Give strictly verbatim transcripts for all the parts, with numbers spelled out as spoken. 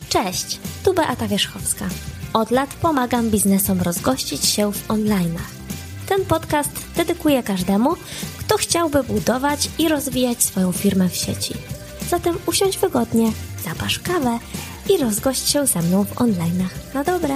Cześć, tu Beata Wierzchowska. Od lat pomagam biznesom rozgościć się w online'ach. Ten podcast dedykuję każdemu, kto chciałby budować i rozwijać swoją firmę w sieci. Zatem usiądź wygodnie, zaparz kawę i rozgość się ze mną w online'ach. Na dobre!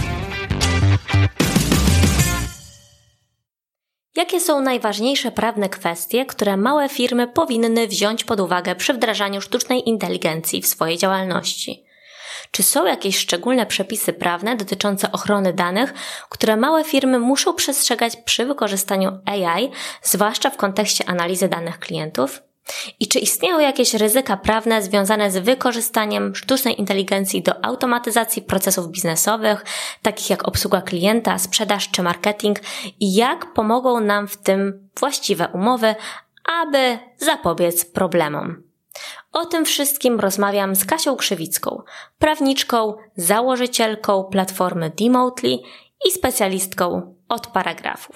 Jakie są najważniejsze prawne kwestie, które małe firmy powinny wziąć pod uwagę przy wdrażaniu sztucznej inteligencji w swojej działalności? Czy są jakieś szczególne przepisy prawne dotyczące ochrony danych, które małe firmy muszą przestrzegać przy wykorzystaniu A I, zwłaszcza w kontekście analizy danych klientów? I czy istnieją jakieś ryzyka prawne związane z wykorzystaniem sztucznej inteligencji do automatyzacji procesów biznesowych, takich jak obsługa klienta, sprzedaż czy marketing, i jak pomogą nam w tym właściwe umowy, aby zapobiec problemom? O tym wszystkim rozmawiam z Kasią Krzywicką, prawniczką, założycielką platformy Demotely i specjalistką od paragrafów.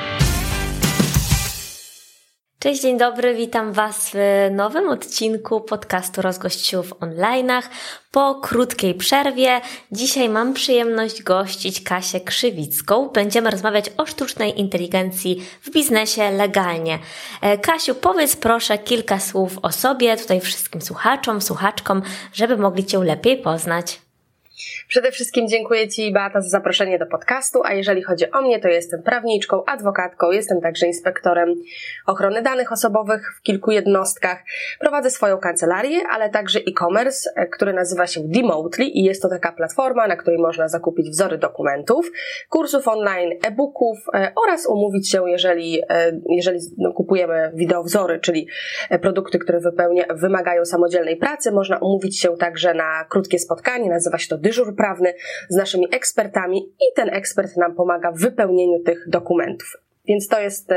Cześć, dzień dobry, witam Was w nowym odcinku podcastu Rozgość się w online'ach. Po krótkiej przerwie dzisiaj mam przyjemność gościć Kasię Krzywicką. Będziemy rozmawiać o sztucznej inteligencji w biznesie legalnie. Kasiu, powiedz proszę kilka słów o sobie, tutaj wszystkim słuchaczom, słuchaczkom, żeby mogli Cię lepiej poznać. Przede wszystkim dziękuję Ci, Beata, za zaproszenie do podcastu, a jeżeli chodzi o mnie, to jestem prawniczką, adwokatką, jestem także inspektorem ochrony danych osobowych w kilku jednostkach. Prowadzę swoją kancelarię, ale także e-commerce, który nazywa się Demotely i jest to taka platforma, na której można zakupić wzory dokumentów, kursów online, e-booków oraz umówić się, jeżeli, jeżeli no, kupujemy wideowzory, czyli produkty, które wypełnia, wymagają samodzielnej pracy. Można umówić się także na krótkie spotkanie, nazywa się to dyżur prawny z naszymi ekspertami i ten ekspert nam pomaga w wypełnieniu tych dokumentów. Więc to jest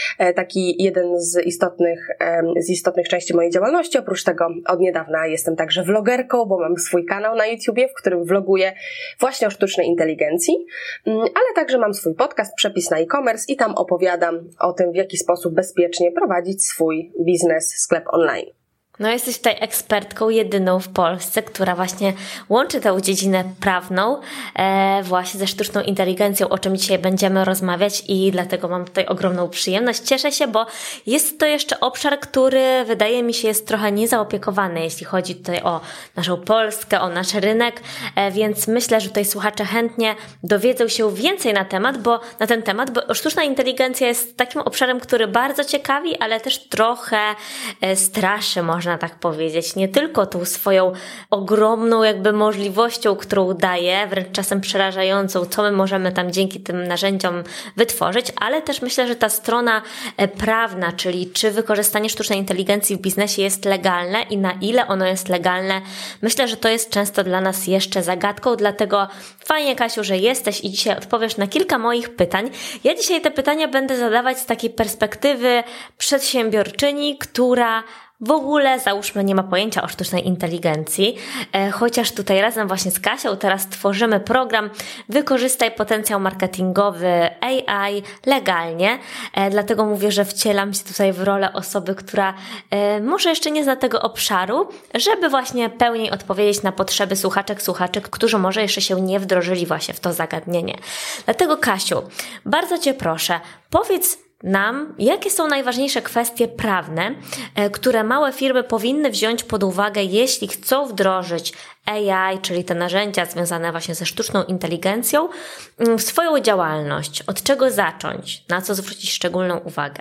taki jeden z istotnych, z istotnych części mojej działalności. Oprócz tego od niedawna jestem także vlogerką, bo mam swój kanał na YouTubie, w którym vloguję właśnie o sztucznej inteligencji, ale także mam swój podcast Przepis na e-commerce i tam opowiadam o tym, w jaki sposób bezpiecznie prowadzić swój biznes, sklep online. No, jesteś tutaj ekspertką jedyną w Polsce, która właśnie łączy tę dziedzinę prawną e, właśnie ze sztuczną inteligencją, o czym dzisiaj będziemy rozmawiać, i dlatego mam tutaj ogromną przyjemność. Cieszę się, bo jest to jeszcze obszar, który wydaje mi się jest trochę niezaopiekowany, jeśli chodzi tutaj o naszą Polskę, o nasz rynek, e, więc myślę, że tutaj słuchacze chętnie dowiedzą się więcej na temat, bo na ten temat, bo sztuczna inteligencja jest takim obszarem, który bardzo ciekawi, ale też trochę e, straszy, może można tak powiedzieć, nie tylko tą swoją ogromną jakby możliwością, którą daje, wręcz czasem przerażającą, co my możemy tam dzięki tym narzędziom wytworzyć, ale też myślę, że ta strona prawna, czyli czy wykorzystanie sztucznej inteligencji w biznesie jest legalne i na ile ono jest legalne, myślę, że to jest często dla nas jeszcze zagadką, dlatego fajnie, Kasiu, że jesteś i dzisiaj odpowiesz na kilka moich pytań. Ja dzisiaj te pytania będę zadawać z takiej perspektywy przedsiębiorczyni, która w ogóle, załóżmy, nie ma pojęcia o sztucznej inteligencji, e, chociaż tutaj razem właśnie z Kasią teraz tworzymy program Wykorzystaj potencjał marketingowy A I legalnie, e, dlatego mówię, że wcielam się tutaj w rolę osoby, która e, może jeszcze nie zna tego obszaru, żeby właśnie pełniej odpowiedzieć na potrzeby słuchaczek, słuchaczek, którzy może jeszcze się nie wdrożyli właśnie w to zagadnienie. Dlatego, Kasiu, bardzo Cię proszę, powiedz nam, jakie są najważniejsze kwestie prawne, które małe firmy powinny wziąć pod uwagę, jeśli chcą wdrożyć A I, czyli te narzędzia związane właśnie ze sztuczną inteligencją, w swoją działalność. Od czego zacząć? Na co zwrócić szczególną uwagę?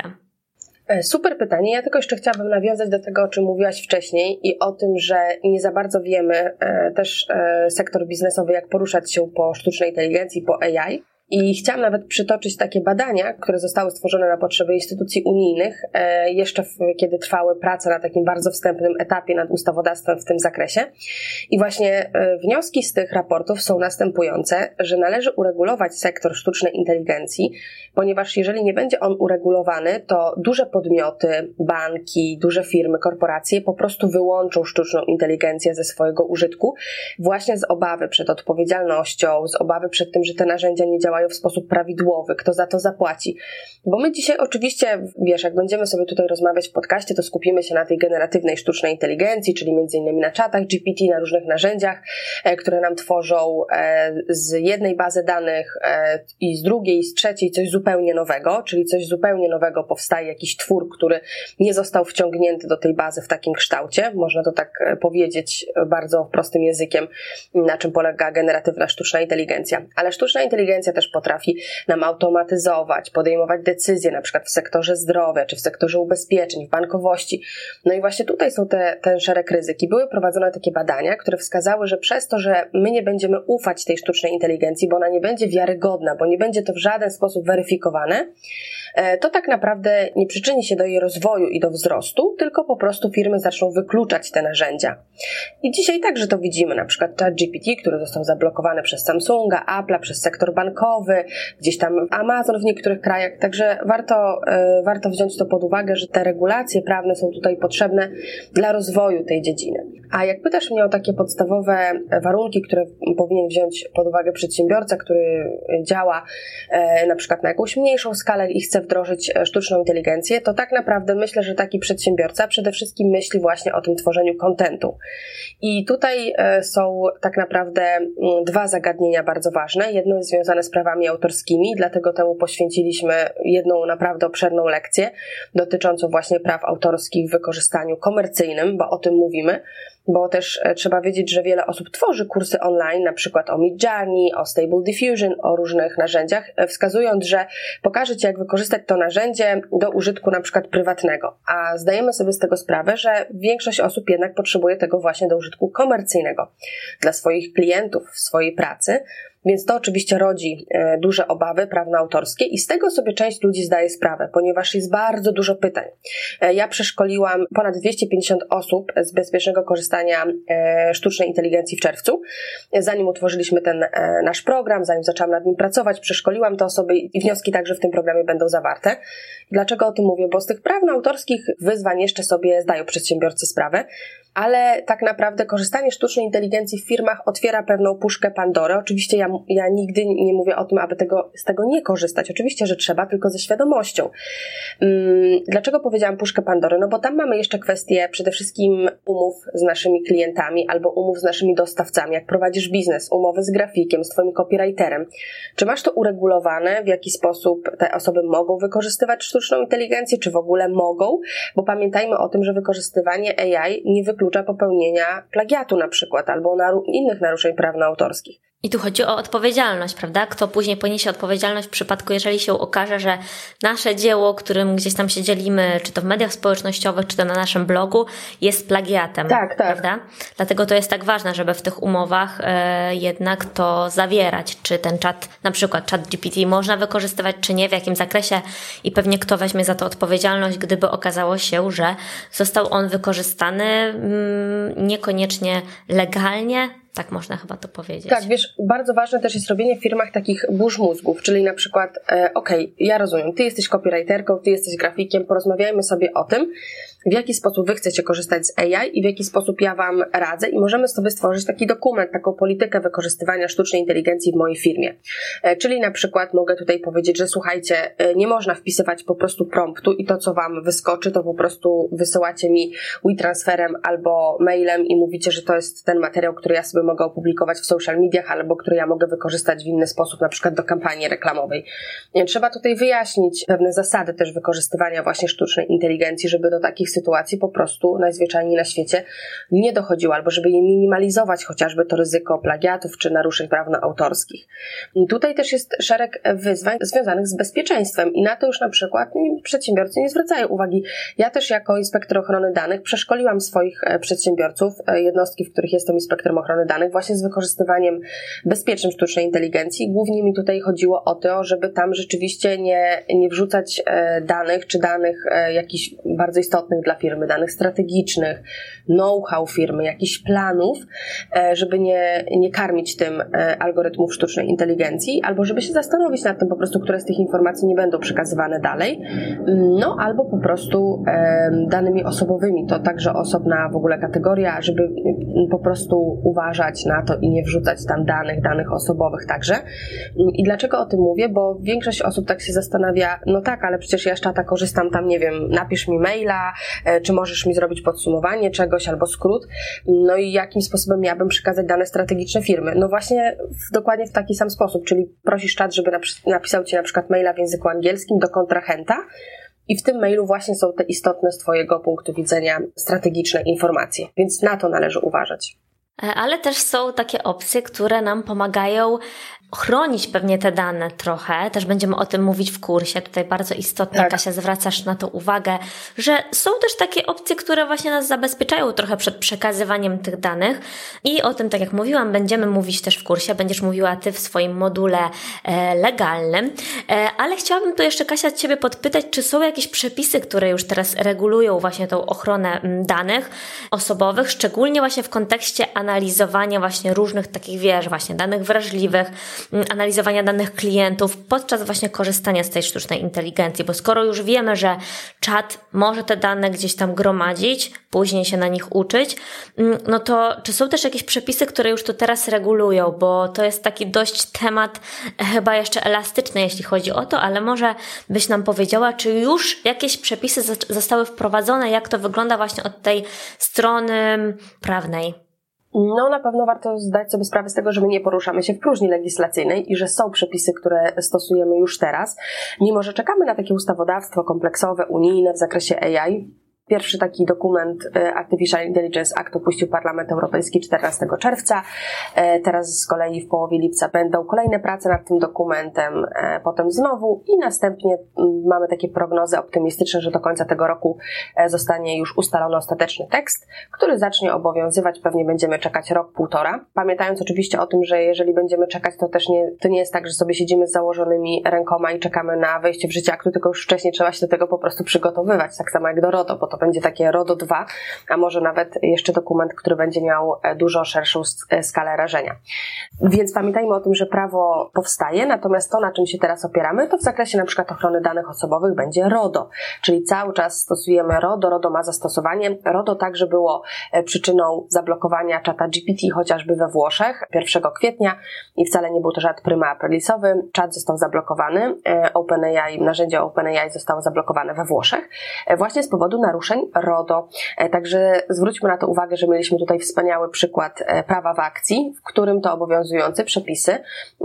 Super pytanie. Ja tylko jeszcze chciałabym nawiązać do tego, o czym mówiłaś wcześniej i o tym, że nie za bardzo wiemy też sektor biznesowy, jak poruszać się po sztucznej inteligencji, po A I. I chciałam nawet przytoczyć takie badania, które zostały stworzone na potrzeby instytucji unijnych, jeszcze w, kiedy trwały prace na takim bardzo wstępnym etapie nad ustawodawstwem w tym zakresie. I właśnie wnioski z tych raportów są następujące, że należy uregulować sektor sztucznej inteligencji, ponieważ jeżeli nie będzie on uregulowany, to duże podmioty, banki, duże firmy, korporacje po prostu wyłączą sztuczną inteligencję ze swojego użytku właśnie z obawy przed odpowiedzialnością, z obawy przed tym, że te narzędzia nie działają działają w sposób prawidłowy, kto za to zapłaci. Bo my dzisiaj oczywiście, wiesz, jak będziemy sobie tutaj rozmawiać w podcaście, to skupimy się na tej generatywnej sztucznej inteligencji, czyli między innymi na czatach G P T, na różnych narzędziach, które nam tworzą z jednej bazy danych i z drugiej, i z trzeciej coś zupełnie nowego, czyli coś zupełnie nowego powstaje, jakiś twór, który nie został wciągnięty do tej bazy w takim kształcie. Można to tak powiedzieć bardzo prostym językiem, na czym polega generatywna sztuczna inteligencja. Ale sztuczna inteligencja też potrafi nam automatyzować, podejmować decyzje, na przykład w sektorze zdrowia, czy w sektorze ubezpieczeń, w bankowości. No i właśnie tutaj są te, ten szereg ryzyk. I były prowadzone takie badania, które wskazały, że przez to, że my nie będziemy ufać tej sztucznej inteligencji, bo ona nie będzie wiarygodna, bo nie będzie to w żaden sposób weryfikowane, to tak naprawdę nie przyczyni się do jej rozwoju i do wzrostu, tylko po prostu firmy zaczną wykluczać te narzędzia. I dzisiaj także to widzimy, na przykład ChatGPT, który został zablokowany przez Samsunga, Apple'a, przez sektor bankowy, gdzieś tam Amazon w niektórych krajach, także warto, warto wziąć to pod uwagę, że te regulacje prawne są tutaj potrzebne dla rozwoju tej dziedziny. A jak pytasz mnie o takie podstawowe warunki, które powinien wziąć pod uwagę przedsiębiorca, który działa na przykład na jakąś mniejszą skalę i chce wdrożyć sztuczną inteligencję, to tak naprawdę myślę, że taki przedsiębiorca przede wszystkim myśli właśnie o tym tworzeniu kontentu. I tutaj są tak naprawdę dwa zagadnienia bardzo ważne. Jedno jest związane z prawami autorskimi, dlatego temu poświęciliśmy jedną naprawdę obszerną lekcję dotyczącą właśnie praw autorskich w wykorzystaniu komercyjnym, bo o tym mówimy. Bo też trzeba wiedzieć, że wiele osób tworzy kursy online, na przykład o Midjourney, o Stable Diffusion, o różnych narzędziach, wskazując, że pokaże Ci, jak wykorzystać to narzędzie do użytku na przykład prywatnego. A zdajemy sobie z tego sprawę, że większość osób jednak potrzebuje tego właśnie do użytku komercyjnego dla swoich klientów w swojej pracy. Więc to oczywiście rodzi duże obawy prawno-autorskie i z tego sobie część ludzi zdaje sprawę, ponieważ jest bardzo dużo pytań. Ja przeszkoliłam ponad dwieście pięćdziesiąt osób z bezpiecznego korzystania sztucznej inteligencji w czerwcu. Zanim utworzyliśmy ten nasz program, zanim zaczęłam nad nim pracować, przeszkoliłam te osoby i wnioski także w tym programie będą zawarte. Dlaczego o tym mówię? Bo z tych prawno-autorskich wyzwań jeszcze sobie zdają przedsiębiorcy sprawę, ale tak naprawdę korzystanie z sztucznej inteligencji w firmach otwiera pewną puszkę Pandory. Oczywiście ja, ja nigdy nie mówię o tym, aby tego, z tego nie korzystać. Oczywiście, że trzeba, tylko ze świadomością. Hmm, dlaczego powiedziałam puszkę Pandory? No bo tam mamy jeszcze kwestie przede wszystkim umów z naszymi klientami albo umów z naszymi dostawcami. Jak prowadzisz biznes, umowy z grafikiem, z Twoim copywriterem. Czy masz to uregulowane, w jaki sposób te osoby mogą wykorzystywać sztuczną inteligencję, czy w ogóle mogą? Bo pamiętajmy o tym, że wykorzystywanie A I nie wyklucza popełnienia plagiatu na przykład albo naru- innych naruszeń prawno-autorskich. I tu chodzi o odpowiedzialność, prawda? Kto później poniesie odpowiedzialność w przypadku, jeżeli się okaże, że nasze dzieło, którym gdzieś tam się dzielimy, czy to w mediach społecznościowych, czy to na naszym blogu, jest plagiatem, tak, tak. prawda? Dlatego to jest tak ważne, żeby w tych umowach e, jednak to zawierać, czy ten czat, na przykład czat G P T można wykorzystywać, czy nie, w jakim zakresie i pewnie kto weźmie za to odpowiedzialność, gdyby okazało się, że został on wykorzystany mm, niekoniecznie legalnie. Tak można chyba to powiedzieć. Tak, wiesz, bardzo ważne też jest robienie w firmach takich burz mózgów, czyli na przykład, e, okej, okay, ja rozumiem, ty jesteś copywriterką, ty jesteś grafikiem, porozmawiajmy sobie o tym, w jaki sposób wy chcecie korzystać z A I i w jaki sposób ja wam radzę i możemy sobie stworzyć taki dokument, taką politykę wykorzystywania sztucznej inteligencji w mojej firmie. E, czyli na przykład mogę tutaj powiedzieć, że słuchajcie, e, nie można wpisywać po prostu promptu i to, co wam wyskoczy, to po prostu wysyłacie mi WeTransferem albo mailem i mówicie, że to jest ten materiał, który ja sobie mogę opublikować w social mediach albo który ja mogę wykorzystać w inny sposób, na przykład do kampanii reklamowej. E, trzeba tutaj wyjaśnić pewne zasady też wykorzystywania właśnie sztucznej inteligencji, żeby do takich sytuacji po prostu najzwyczajniej na świecie nie dochodziło, albo żeby je minimalizować chociażby to ryzyko plagiatów czy naruszeń prawno-autorskich. I tutaj też jest szereg wyzwań związanych z bezpieczeństwem i na to już na przykład przedsiębiorcy nie zwracają uwagi. Ja też jako inspektor ochrony danych przeszkoliłam swoich przedsiębiorców, jednostki, w których jestem inspektorem ochrony danych, właśnie z wykorzystywaniem bezpiecznym sztucznej inteligencji. Głównie mi tutaj chodziło o to, żeby tam rzeczywiście nie, nie wrzucać danych czy danych jakichś bardzo istotnych dla firmy, danych strategicznych, know-how firmy, jakichś planów, żeby nie, nie karmić tym algorytmów sztucznej inteligencji, albo żeby się zastanowić nad tym po prostu, które z tych informacji nie będą przekazywane dalej, no albo po prostu danymi osobowymi, to także osobna w ogóle kategoria, żeby po prostu uważać na to i nie wrzucać tam danych, danych osobowych także. I dlaczego o tym mówię? Bo większość osób tak się zastanawia, no tak, ale przecież ja z czata korzystam tam, nie wiem, napisz mi maila, czy możesz mi zrobić podsumowanie czegoś albo skrót, no i jakim sposobem ja bym przekazać dane strategiczne firmy? No właśnie w, dokładnie w taki sam sposób, czyli prosisz czat, żeby napisał ci na przykład maila w języku angielskim do kontrahenta, i w tym mailu właśnie są te istotne z twojego punktu widzenia strategiczne informacje, więc na to należy uważać. Ale też są takie opcje, które nam pomagają chronić pewnie te dane trochę. Też będziemy o tym mówić w kursie. Tutaj bardzo istotne, tak. Kasia, zwracasz na to uwagę, że są też takie opcje, które właśnie nas zabezpieczają trochę przed przekazywaniem tych danych i o tym, tak jak mówiłam, będziemy mówić też w kursie. Będziesz mówiła ty w swoim module e, legalnym. E, ale chciałabym tu jeszcze, Kasia, ciebie podpytać, czy są jakieś przepisy, które już teraz regulują właśnie tą ochronę danych osobowych, szczególnie właśnie w kontekście analizowania właśnie różnych takich, wiesz, właśnie danych wrażliwych, analizowania danych klientów podczas właśnie korzystania z tej sztucznej inteligencji, bo skoro już wiemy, że czat może te dane gdzieś tam gromadzić, później się na nich uczyć, no to czy są też jakieś przepisy, które już to teraz regulują, bo to jest taki dość temat chyba jeszcze elastyczny, jeśli chodzi o to, ale może byś nam powiedziała, czy już jakieś przepisy zostały wprowadzone, jak to wygląda właśnie od tej strony prawnej? No na pewno warto zdać sobie sprawę z tego, że my nie poruszamy się w próżni legislacyjnej i że są przepisy, które stosujemy już teraz, mimo że czekamy na takie ustawodawstwo kompleksowe, unijne w zakresie A I. Pierwszy taki dokument Artificial Intelligence Act opuścił Parlament Europejski czternastego czerwca. Teraz z kolei w połowie lipca będą kolejne prace nad tym dokumentem, potem znowu i następnie mamy takie prognozy optymistyczne, że do końca tego roku zostanie już ustalony ostateczny tekst, który zacznie obowiązywać. Pewnie będziemy czekać rok, półtora. Pamiętając oczywiście o tym, że jeżeli będziemy czekać, to też nie, to nie jest tak, że sobie siedzimy z założonymi rękoma i czekamy na wejście w życie aktu, tylko już wcześniej trzeba się do tego po prostu przygotowywać, tak samo jak do RODO, bo to będzie takie RODO dwa, a może nawet jeszcze dokument, który będzie miał dużo szerszą skalę rażenia. Więc pamiętajmy o tym, że prawo powstaje, natomiast to, na czym się teraz opieramy, to w zakresie na przykład ochrony danych osobowych będzie RODO, czyli cały czas stosujemy RODO, RODO ma zastosowanie. RODO także było przyczyną zablokowania czata G P T chociażby we Włoszech pierwszego kwietnia i wcale nie był to żart prima aprilisowy. Czat został zablokowany, OpenAI, narzędzie OpenAI zostało zablokowane we Włoszech właśnie z powodu naruszeń RODO. Także zwróćmy na to uwagę, że mieliśmy tutaj wspaniały przykład prawa w akcji, w którym to obowiązujące przepisy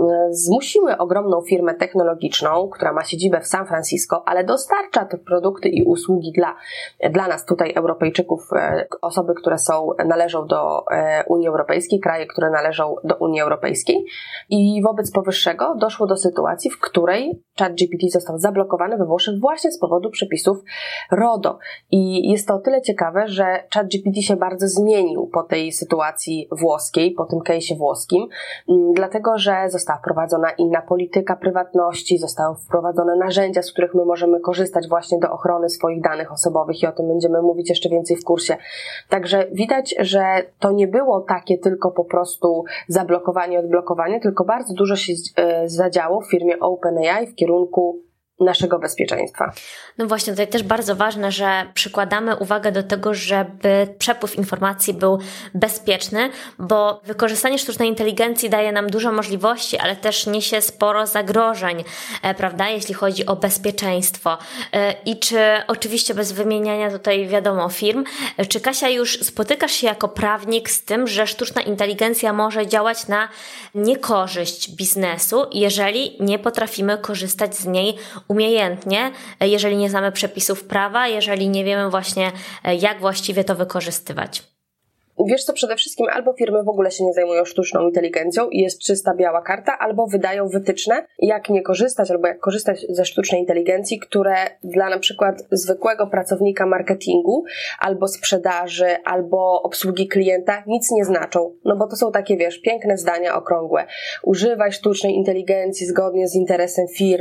zmusiły ogromną firmę technologiczną, która ma siedzibę w San Francisco, ale dostarcza te produkty i usługi dla, dla nas tutaj Europejczyków, osoby, które są, należą do Unii Europejskiej, kraje, które należą do Unii Europejskiej i wobec powyższego doszło do sytuacji, w której ChatGPT został zablokowany we Włoszech właśnie z powodu przepisów RODO. I jest to o tyle ciekawe, że ChatGPT się bardzo zmienił po tej sytuacji włoskiej, po tym case'ie włoskim, dlatego że została wprowadzona inna polityka prywatności, zostały wprowadzone narzędzia, z których my możemy korzystać właśnie do ochrony swoich danych osobowych i o tym będziemy mówić jeszcze więcej w kursie. Także widać, że to nie było takie tylko po prostu zablokowanie, odblokowanie, tylko bardzo dużo się zadziało w firmie OpenAI w kierunku naszego bezpieczeństwa. No właśnie, tutaj też bardzo ważne, że przykładamy uwagę do tego, żeby przepływ informacji był bezpieczny, bo wykorzystanie sztucznej inteligencji daje nam dużo możliwości, ale też niesie sporo zagrożeń, prawda, jeśli chodzi o bezpieczeństwo. I czy oczywiście bez wymieniania tutaj wiadomo firm, czy Kasia już spotykasz się jako prawnik z tym, że sztuczna inteligencja może działać na niekorzyść biznesu, jeżeli nie potrafimy korzystać z niej umiejętnie, jeżeli nie znamy przepisów prawa, jeżeli nie wiemy właśnie, jak właściwie to wykorzystywać? Wiesz co, przede wszystkim albo firmy w ogóle się nie zajmują sztuczną inteligencją i jest czysta biała karta, albo wydają wytyczne, jak nie korzystać, albo jak korzystać ze sztucznej inteligencji, które dla na przykład zwykłego pracownika marketingu, albo sprzedaży, albo obsługi klienta nic nie znaczą. No bo to są takie, wiesz, piękne zdania okrągłe. Używaj sztucznej inteligencji zgodnie z interesem firmy.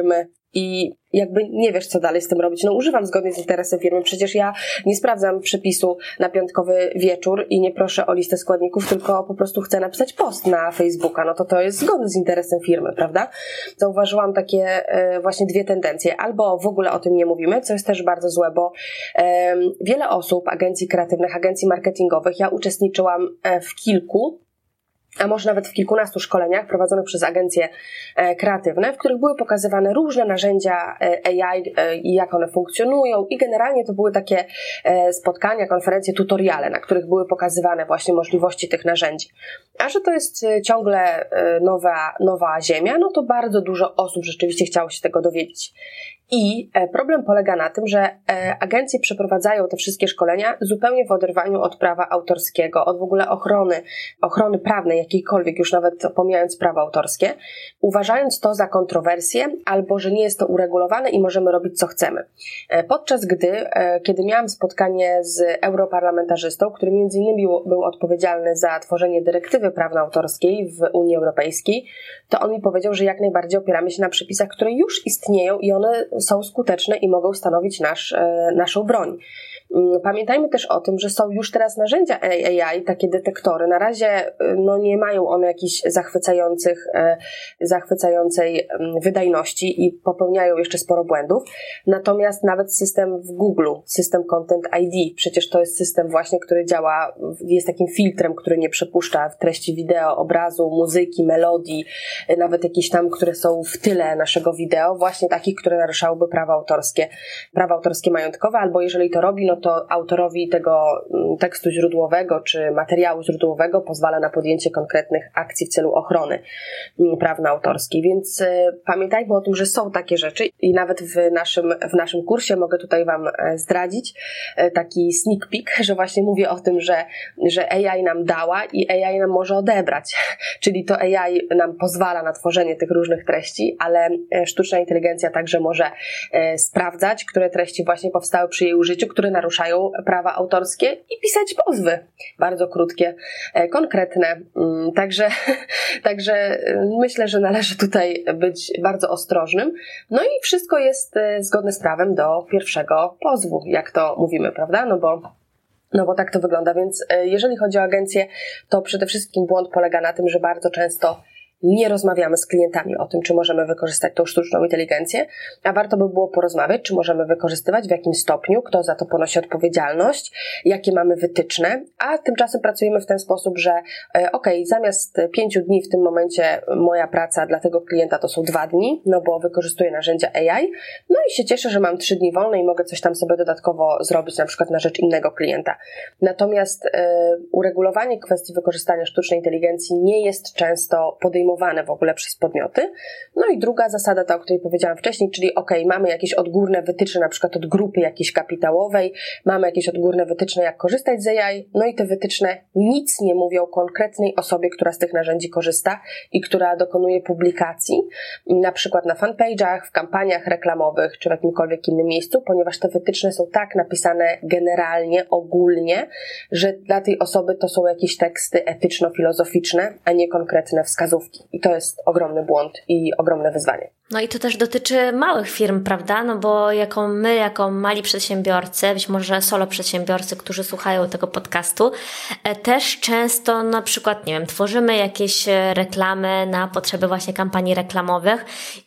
i jakby nie wiesz, co dalej z tym robić. No używam zgodnie z interesem firmy. Przecież ja nie sprawdzam przepisu na piątkowy wieczór i nie proszę o listę składników, tylko po prostu chcę napisać post na Facebooka. No to to jest zgodne z interesem firmy, prawda? Zauważyłam takie e, właśnie dwie tendencje. Albo w ogóle o tym nie mówimy, co jest też bardzo złe, bo e, wiele osób, agencji kreatywnych, agencji marketingowych, ja uczestniczyłam e, w kilku, a może nawet w kilkunastu szkoleniach prowadzonych przez agencje kreatywne, w których były pokazywane różne narzędzia A I i jak one funkcjonują i generalnie to były takie spotkania, konferencje, tutoriale, na których były pokazywane właśnie możliwości tych narzędzi. A że to jest ciągle nowa, nowa ziemia, no to bardzo dużo osób rzeczywiście chciało się tego dowiedzieć. I problem polega na tym, że agencje przeprowadzają te wszystkie szkolenia zupełnie w oderwaniu od prawa autorskiego, od w ogóle ochrony, ochrony prawnej, jakiejkolwiek, już nawet pomijając prawa autorskie, uważając to za kontrowersję albo, że nie jest to uregulowane i możemy robić co chcemy. Podczas gdy, kiedy miałam spotkanie z europarlamentarzystą, który między innymi był odpowiedzialny za tworzenie dyrektywy prawno-autorskiej w Unii Europejskiej, to on mi powiedział, że jak najbardziej opieramy się na przepisach, które już istnieją i one są skuteczne i mogą stanowić nasz, naszą broń. Pamiętajmy też o tym, że są już teraz narzędzia A I, takie detektory. Na razie no, nie mają one jakichś zachwycających, zachwycającej wydajności i popełniają jeszcze sporo błędów. Natomiast nawet system w Google, system Content I D, przecież to jest system właśnie, który działa, jest takim filtrem, który nie przepuszcza w treści wideo, obrazu, muzyki, melodii, nawet jakieś tam, które są w tyle naszego wideo, właśnie takich, które naruszałyby prawa autorskie, prawa autorskie majątkowe, albo jeżeli to robi, no to autorowi tego tekstu źródłowego czy materiału źródłowego pozwala na podjęcie konkretnych akcji w celu ochrony prawna autorskiej. Więc pamiętajmy o tym, że są takie rzeczy i nawet w naszym, w naszym kursie mogę tutaj Wam zdradzić taki sneak peek, że właśnie mówię o tym, że, że A I nam dała i A I nam może odebrać. Czyli to A I nam pozwala na tworzenie tych różnych treści, ale sztuczna inteligencja także może sprawdzać, które treści właśnie powstały przy jej użyciu, które naruszają prawa autorskie i pisać pozwy. Bardzo krótkie, konkretne. Także, także myślę, że należy tutaj być bardzo ostrożnym. No i wszystko jest zgodne z prawem do pierwszego pozwu, jak to mówimy, prawda? No bo No bo tak to wygląda, więc jeżeli chodzi o agencję, to przede wszystkim błąd polega na tym, że bardzo często nie rozmawiamy z klientami o tym, czy możemy wykorzystać tą sztuczną inteligencję, a warto by było porozmawiać, czy możemy wykorzystywać, w jakim stopniu, kto za to ponosi odpowiedzialność, jakie mamy wytyczne, a tymczasem pracujemy w ten sposób, że okej, okay, zamiast pięciu dni w tym momencie moja praca dla tego klienta to są dwa dni, no bo wykorzystuję narzędzia A I, no i się cieszę, że mam trzy dni wolne i mogę coś tam sobie dodatkowo zrobić, na przykład na rzecz innego klienta. Natomiast yy, uregulowanie kwestii wykorzystania sztucznej inteligencji nie jest często podejmowane w ogóle przez podmioty. No i druga zasada, ta, o której powiedziałam wcześniej, czyli ok, mamy jakieś odgórne wytyczne, na przykład od grupy jakiejś kapitałowej, mamy jakieś odgórne wytyczne, jak korzystać z A I, no i te wytyczne nic nie mówią konkretnej osobie, która z tych narzędzi korzysta i która dokonuje publikacji, na przykład na fanpage'ach, w kampaniach reklamowych, czy w jakimkolwiek innym miejscu, ponieważ te wytyczne są tak napisane generalnie, ogólnie, że dla tej osoby to są jakieś teksty etyczno-filozoficzne, a nie konkretne wskazówki. I to jest ogromny błąd i ogromne wyzwanie. No i to też dotyczy małych firm, prawda? No bo jako my, jako mali przedsiębiorcy, być może solo przedsiębiorcy, którzy słuchają tego podcastu, też często na przykład, nie wiem, tworzymy jakieś reklamy na potrzeby właśnie kampanii reklamowych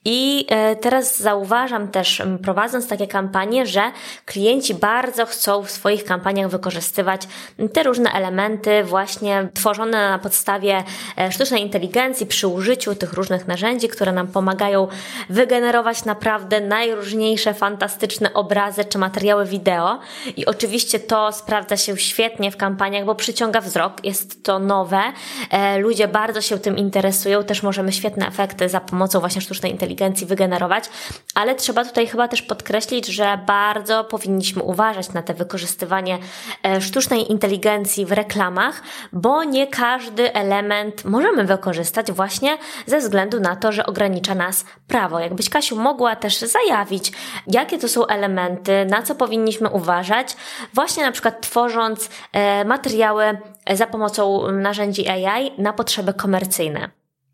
i teraz zauważam też, prowadząc takie kampanie, że klienci bardzo chcą w swoich kampaniach wykorzystywać te różne elementy właśnie tworzone na podstawie sztucznej inteligencji przy użyciu tych różnych narzędzi, które nam pomagają wygenerować naprawdę najróżniejsze, fantastyczne obrazy czy materiały wideo i oczywiście to sprawdza się świetnie w kampaniach, bo przyciąga wzrok, jest to nowe, e, ludzie bardzo się tym interesują, też możemy świetne efekty za pomocą właśnie sztucznej inteligencji wygenerować, ale trzeba tutaj chyba też podkreślić, że bardzo powinniśmy uważać na te wykorzystywanie e, sztucznej inteligencji w reklamach, bo nie każdy element możemy wykorzystać właśnie ze względu na to, że ogranicza nas prawo. Jakbyś, Kasiu, mogła też zajawić, jakie to są elementy, na co powinniśmy uważać, właśnie na przykład tworząc e, materiały za pomocą narzędzi A I na potrzeby komercyjne.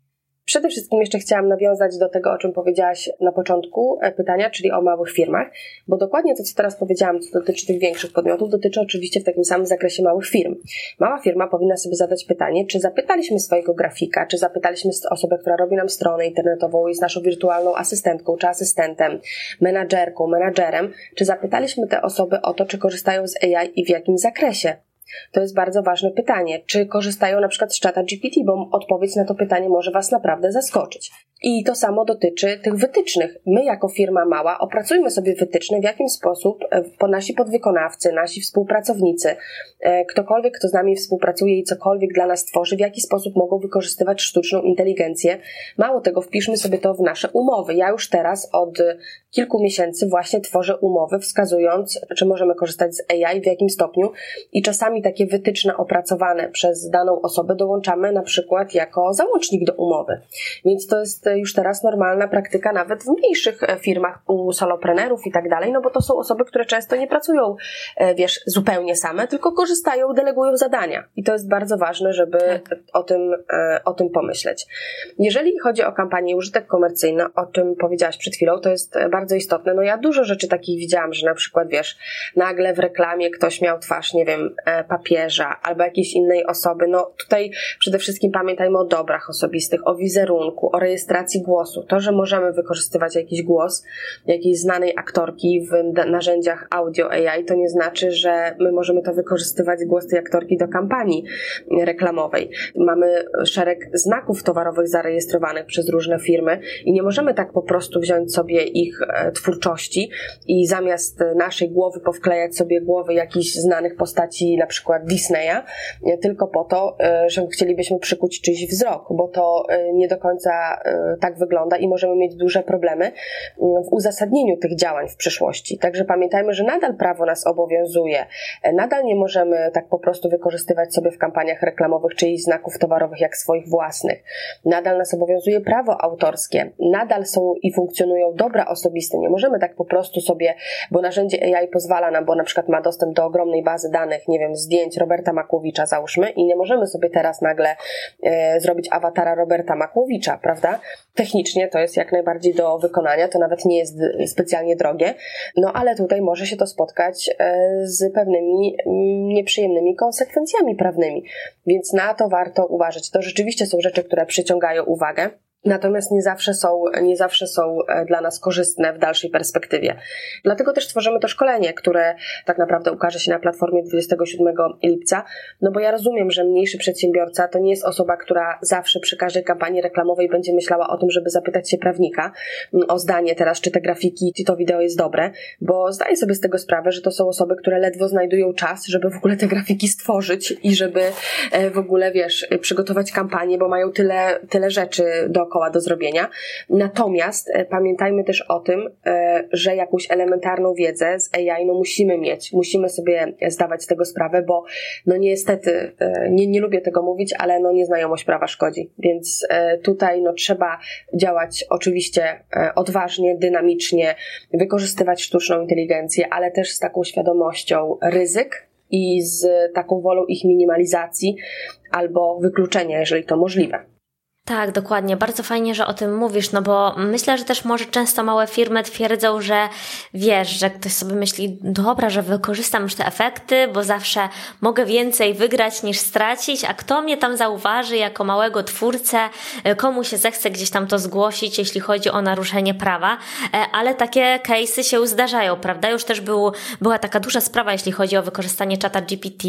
Przede wszystkim jeszcze chciałam nawiązać do tego, o czym powiedziałaś na początku pytania, czyli o małych firmach, bo dokładnie to, co teraz powiedziałam, co dotyczy tych większych podmiotów, dotyczy oczywiście w takim samym zakresie małych firm. Mała firma powinna sobie zadać pytanie, czy zapytaliśmy swojego grafika, czy zapytaliśmy osobę, która robi nam stronę internetową, jest naszą wirtualną asystentką czy asystentem, menadżerką, menadżerem, czy zapytaliśmy te osoby o to, czy korzystają z A I i w jakim zakresie. To jest bardzo ważne pytanie. Czy korzystają na przykład z czata G P T, bo odpowiedź na to pytanie może Was naprawdę zaskoczyć. I to samo dotyczy tych wytycznych. My jako firma mała opracujmy sobie wytyczne, w jakim sposób nasi podwykonawcy, nasi współpracownicy, ktokolwiek, kto z nami współpracuje i cokolwiek dla nas tworzy, w jaki sposób mogą wykorzystywać sztuczną inteligencję. Mało tego, wpiszmy sobie to w nasze umowy. Ja już teraz od kilku miesięcy właśnie tworzę umowy, wskazując, czy możemy korzystać z A I, w jakim stopniu, i czasami takie wytyczne opracowane przez daną osobę dołączamy na przykład jako załącznik do umowy. Więc to jest już teraz normalna praktyka nawet w mniejszych firmach u solopreneurów i tak dalej, no bo to są osoby, które często nie pracują, wiesz, zupełnie same, tylko korzystają, delegują zadania. I to jest bardzo ważne, żeby tak. o tym, o tym pomyśleć. Jeżeli chodzi o kampanię użytek komercyjny, o czym powiedziałaś przed chwilą, to jest bardzo istotne. No ja dużo rzeczy takich widziałam, że na przykład, wiesz, nagle w reklamie ktoś miał twarz, nie wiem, papieża albo jakiejś innej osoby. No tutaj przede wszystkim pamiętajmy o dobrach osobistych, o wizerunku, o rejestracji głosu. To, że możemy wykorzystywać jakiś głos jakiejś znanej aktorki w narzędziach audio A I, to nie znaczy, że my możemy to wykorzystywać, głos tej aktorki, do kampanii reklamowej. Mamy szereg znaków towarowych zarejestrowanych przez różne firmy i nie możemy tak po prostu wziąć sobie ich twórczości i zamiast naszej głowy powklejać sobie głowy jakichś znanych postaci, na przykład Disneya, tylko po to, że chcielibyśmy przykuć czyjś wzrok, bo to nie do końca tak wygląda i możemy mieć duże problemy w uzasadnieniu tych działań w przyszłości. Także pamiętajmy, że nadal prawo nas obowiązuje. Nadal nie możemy tak po prostu wykorzystywać sobie w kampaniach reklamowych czyichś znaków towarowych jak swoich własnych. Nadal nas obowiązuje prawo autorskie. Nadal są i funkcjonują dobra osobiste. Nie możemy tak po prostu sobie, bo narzędzie A I pozwala nam, bo na przykład ma dostęp do ogromnej bazy danych, nie wiem, zdjęć Roberta Makłowicza, załóżmy, i nie możemy sobie teraz nagle e, zrobić awatara Roberta Makłowicza, prawda? Technicznie to jest jak najbardziej do wykonania, to nawet nie jest specjalnie drogie, no ale tutaj może się to spotkać z pewnymi nieprzyjemnymi konsekwencjami prawnymi, więc na to warto uważać. To rzeczywiście są rzeczy, które przyciągają uwagę. Natomiast nie zawsze są, nie zawsze są dla nas korzystne w dalszej perspektywie. Dlatego też tworzymy to szkolenie, które tak naprawdę ukaże się na platformie dwudziestego siódmego lipca, no bo ja rozumiem, że mniejszy przedsiębiorca to nie jest osoba, która zawsze przy każdej kampanii reklamowej będzie myślała o tym, żeby zapytać się prawnika o zdanie teraz, czy te grafiki, czy to wideo jest dobre, bo zdaję sobie z tego sprawę, że to są osoby, które ledwo znajdują czas, żeby w ogóle te grafiki stworzyć i żeby w ogóle, wiesz, przygotować kampanię, bo mają tyle, tyle rzeczy do koła do zrobienia. Natomiast e, pamiętajmy też o tym, e, że jakąś elementarną wiedzę z A I no musimy mieć. Musimy sobie zdawać z tego sprawę, bo no niestety, e, nie, nie lubię tego mówić, ale no nieznajomość prawa szkodzi. Więc e, tutaj no trzeba działać oczywiście e, odważnie, dynamicznie, wykorzystywać sztuczną inteligencję, ale też z taką świadomością ryzyk i z taką wolą ich minimalizacji albo wykluczenia, jeżeli to możliwe. Tak, dokładnie. Bardzo fajnie, że o tym mówisz, no bo myślę, że też może często małe firmy twierdzą, że wiesz, że ktoś sobie myśli, dobra, że wykorzystam już te efekty, bo zawsze mogę więcej wygrać niż stracić, a kto mnie tam zauważy jako małego twórcę, komu się zechce gdzieś tam to zgłosić, jeśli chodzi o naruszenie prawa, ale takie case'y się zdarzają, prawda? Już też był, była taka duża sprawa, jeśli chodzi o wykorzystanie czata G P T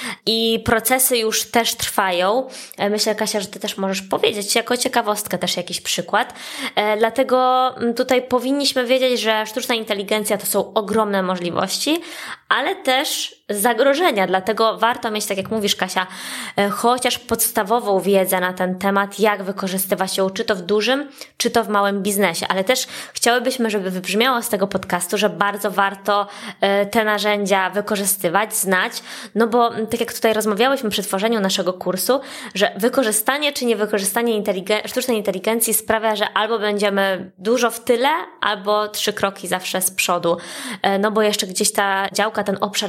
i procesy już też trwają. Myślę, Kasia, że ty też możesz powiedzieć jako ciekawostkę też jakiś przykład. E, dlatego tutaj powinniśmy wiedzieć, że sztuczna inteligencja to są ogromne możliwości, ale też zagrożenia, dlatego warto mieć, tak jak mówisz, Kasia, e, chociaż podstawową wiedzę na ten temat, jak wykorzystywać ją, czy to w dużym, czy to w małym biznesie, ale też chciałybyśmy, żeby wybrzmiało z tego podcastu, że bardzo warto e, te narzędzia wykorzystywać, znać, no bo tak jak tutaj rozmawiałyśmy przy tworzeniu naszego kursu, że wykorzystanie czy niewykorzystanie inteligen- sztucznej inteligencji sprawia, że albo będziemy dużo w tyle, albo trzy kroki zawsze z przodu, e, no bo jeszcze gdzieś ta działka, ten obszar jest niezauważony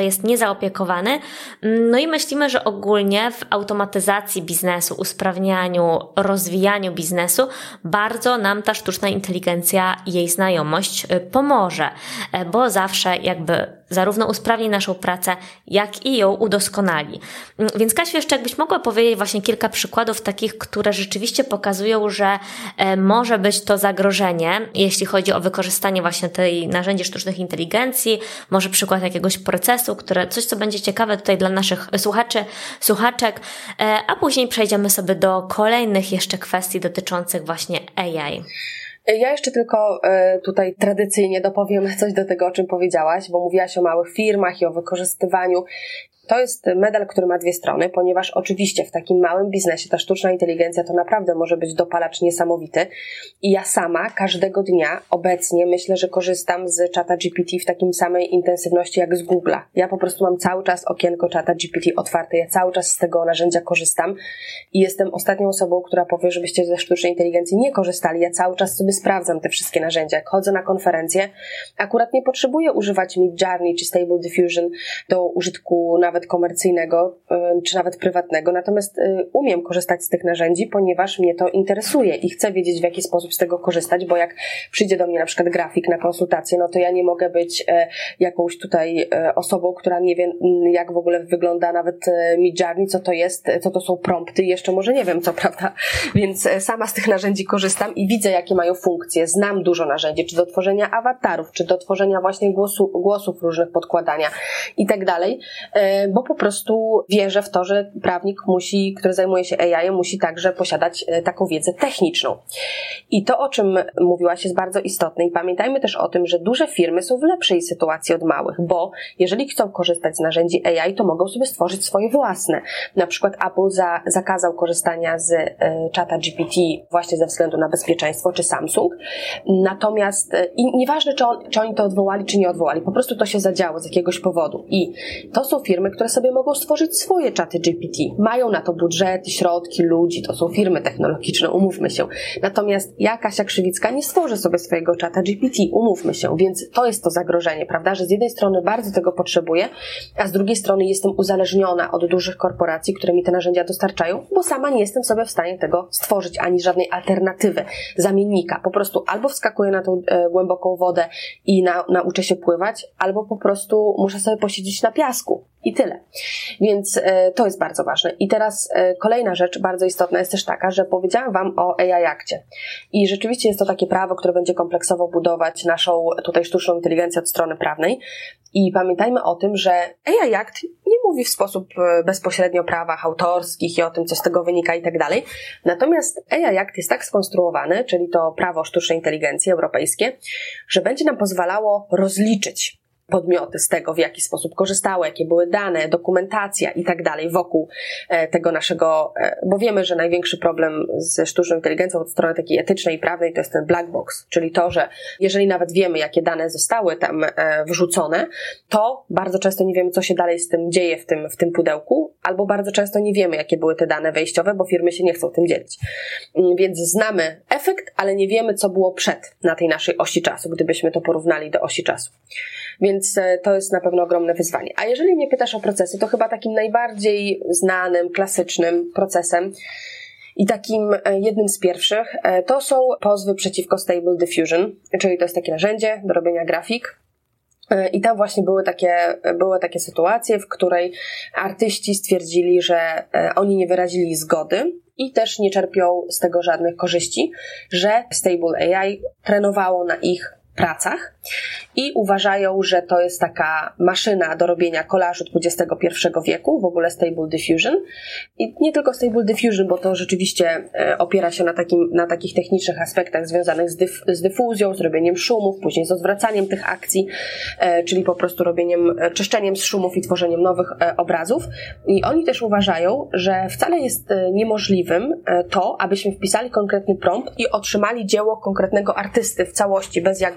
zaopiekowany. No i myślimy, że ogólnie w automatyzacji biznesu, usprawnianiu, rozwijaniu biznesu bardzo nam ta sztuczna inteligencja i jej znajomość pomoże, bo zawsze jakby zarówno usprawni naszą pracę, jak i ją udoskonali. Więc Kasiu, jeszcze jakbyś mogła powiedzieć właśnie kilka przykładów takich, które rzeczywiście pokazują, że może być to zagrożenie, jeśli chodzi o wykorzystanie właśnie tej narzędzi sztucznych inteligencji, może przykład jakiegoś procesu, które, coś co będzie ciekawe tutaj dla naszych słuchaczy, słuchaczek, a później przejdziemy sobie do kolejnych jeszcze kwestii dotyczących właśnie A I. Ja jeszcze tylko tutaj tradycyjnie dopowiem coś do tego, o czym powiedziałaś, bo mówiłaś o małych firmach i o wykorzystywaniu. To jest medal, który ma dwie strony, ponieważ oczywiście w takim małym biznesie ta sztuczna inteligencja to naprawdę może być dopalacz niesamowity i ja sama każdego dnia obecnie myślę, że korzystam z czata G P T w takim samej intensywności jak z Google'a. Ja po prostu mam cały czas okienko czata G P T otwarte, ja cały czas z tego narzędzia korzystam i jestem ostatnią osobą, która powie, żebyście ze sztucznej inteligencji nie korzystali. Ja cały czas sobie sprawdzam te wszystkie narzędzia. Jak chodzę na konferencje, akurat nie potrzebuję używać Midjourney czy Stable Diffusion do użytku nawet komercyjnego, czy nawet prywatnego, natomiast umiem korzystać z tych narzędzi, ponieważ mnie to interesuje i chcę wiedzieć, w jaki sposób z tego korzystać, bo jak przyjdzie do mnie na przykład grafik na konsultację, no to ja nie mogę być jakąś tutaj osobą, która nie wie, jak w ogóle wygląda nawet Midjourney, co to jest, co to są prompty i jeszcze może nie wiem co, prawda? Więc sama z tych narzędzi korzystam i widzę, jakie mają funkcje. Znam dużo narzędzi, czy do tworzenia awatarów, czy do tworzenia właśnie głosu, głosów różnych, podkładania i tak dalej, bo po prostu wierzę w to, że prawnik musi, który zajmuje się A I, musi także posiadać taką wiedzę techniczną. I to, o czym mówiłaś, jest bardzo istotne i pamiętajmy też o tym, że duże firmy są w lepszej sytuacji od małych, bo jeżeli chcą korzystać z narzędzi A I, to mogą sobie stworzyć swoje własne. Na przykład Apple za, zakazał korzystania z y, czata G P T właśnie ze względu na bezpieczeństwo, czy Samsung. Natomiast y, i nieważne, czy, on, czy oni to odwołali, czy nie odwołali, po prostu to się zadziało z jakiegoś powodu. I to są firmy, które sobie mogą stworzyć swoje czaty G P T. Mają na to budżety, środki, ludzi, to są firmy technologiczne, umówmy się. Natomiast ja, Kasia Krzywicka, nie stworzę sobie swojego czata G P T, umówmy się, więc to jest to zagrożenie, prawda, że z jednej strony bardzo tego potrzebuję, a z drugiej strony jestem uzależniona od dużych korporacji, które mi te narzędzia dostarczają, bo sama nie jestem sobie w stanie tego stworzyć, ani żadnej alternatywy, zamiennika. Po prostu albo wskakuję na tą e, głęboką wodę i na, nauczę się pływać, albo po prostu muszę sobie posiedzieć na piasku. I tyle. Więc e, to jest bardzo ważne. I teraz e, kolejna rzecz bardzo istotna jest też taka, że powiedziałam Wam o A I Akcie. I rzeczywiście jest to takie prawo, które będzie kompleksowo budować naszą tutaj sztuczną inteligencję od strony prawnej. I pamiętajmy o tym, że A I Act nie mówi w sposób bezpośrednio o prawach autorskich i o tym, co z tego wynika i tak dalej. Natomiast A I Act jest tak skonstruowany, czyli to prawo sztucznej inteligencji europejskie, że będzie nam pozwalało rozliczyć podmioty z tego, w jaki sposób korzystały, jakie były dane, dokumentacja i tak dalej wokół tego naszego, bo wiemy, że największy problem ze sztuczną inteligencją od strony takiej etycznej i prawnej to jest ten black box, czyli to, że jeżeli nawet wiemy, jakie dane zostały tam wrzucone, to bardzo często nie wiemy, co się dalej z tym dzieje w tym, w tym pudełku, albo bardzo często nie wiemy, jakie były te dane wejściowe, bo firmy się nie chcą tym dzielić. Więc znamy efekt, ale nie wiemy, co było przed na tej naszej osi czasu, gdybyśmy to porównali do osi czasu. Więc to jest na pewno ogromne wyzwanie. A jeżeli mnie pytasz o procesy, to chyba takim najbardziej znanym, klasycznym procesem i takim jednym z pierwszych to są pozwy przeciwko Stable Diffusion, czyli to jest takie narzędzie do robienia grafik. I tam właśnie były takie, były takie sytuacje, w której artyści stwierdzili, że oni nie wyrazili zgody i też nie czerpią z tego żadnych korzyści, że Stable A I trenowało na ich pracach i uważają, że to jest taka maszyna do robienia kolażu dwudziestego pierwszego wieku, w ogóle Stable Diffusion. I nie tylko Stable Diffusion, bo to rzeczywiście opiera się na, takim, na takich technicznych aspektach związanych z, dyf, z dyfuzją, z robieniem szumów, później z odwracaniem tych akcji, czyli po prostu robieniem, czyszczeniem z szumów i tworzeniem nowych obrazów. I oni też uważają, że wcale jest niemożliwym to, abyśmy wpisali konkretny prompt i otrzymali dzieło konkretnego artysty w całości, bez jakby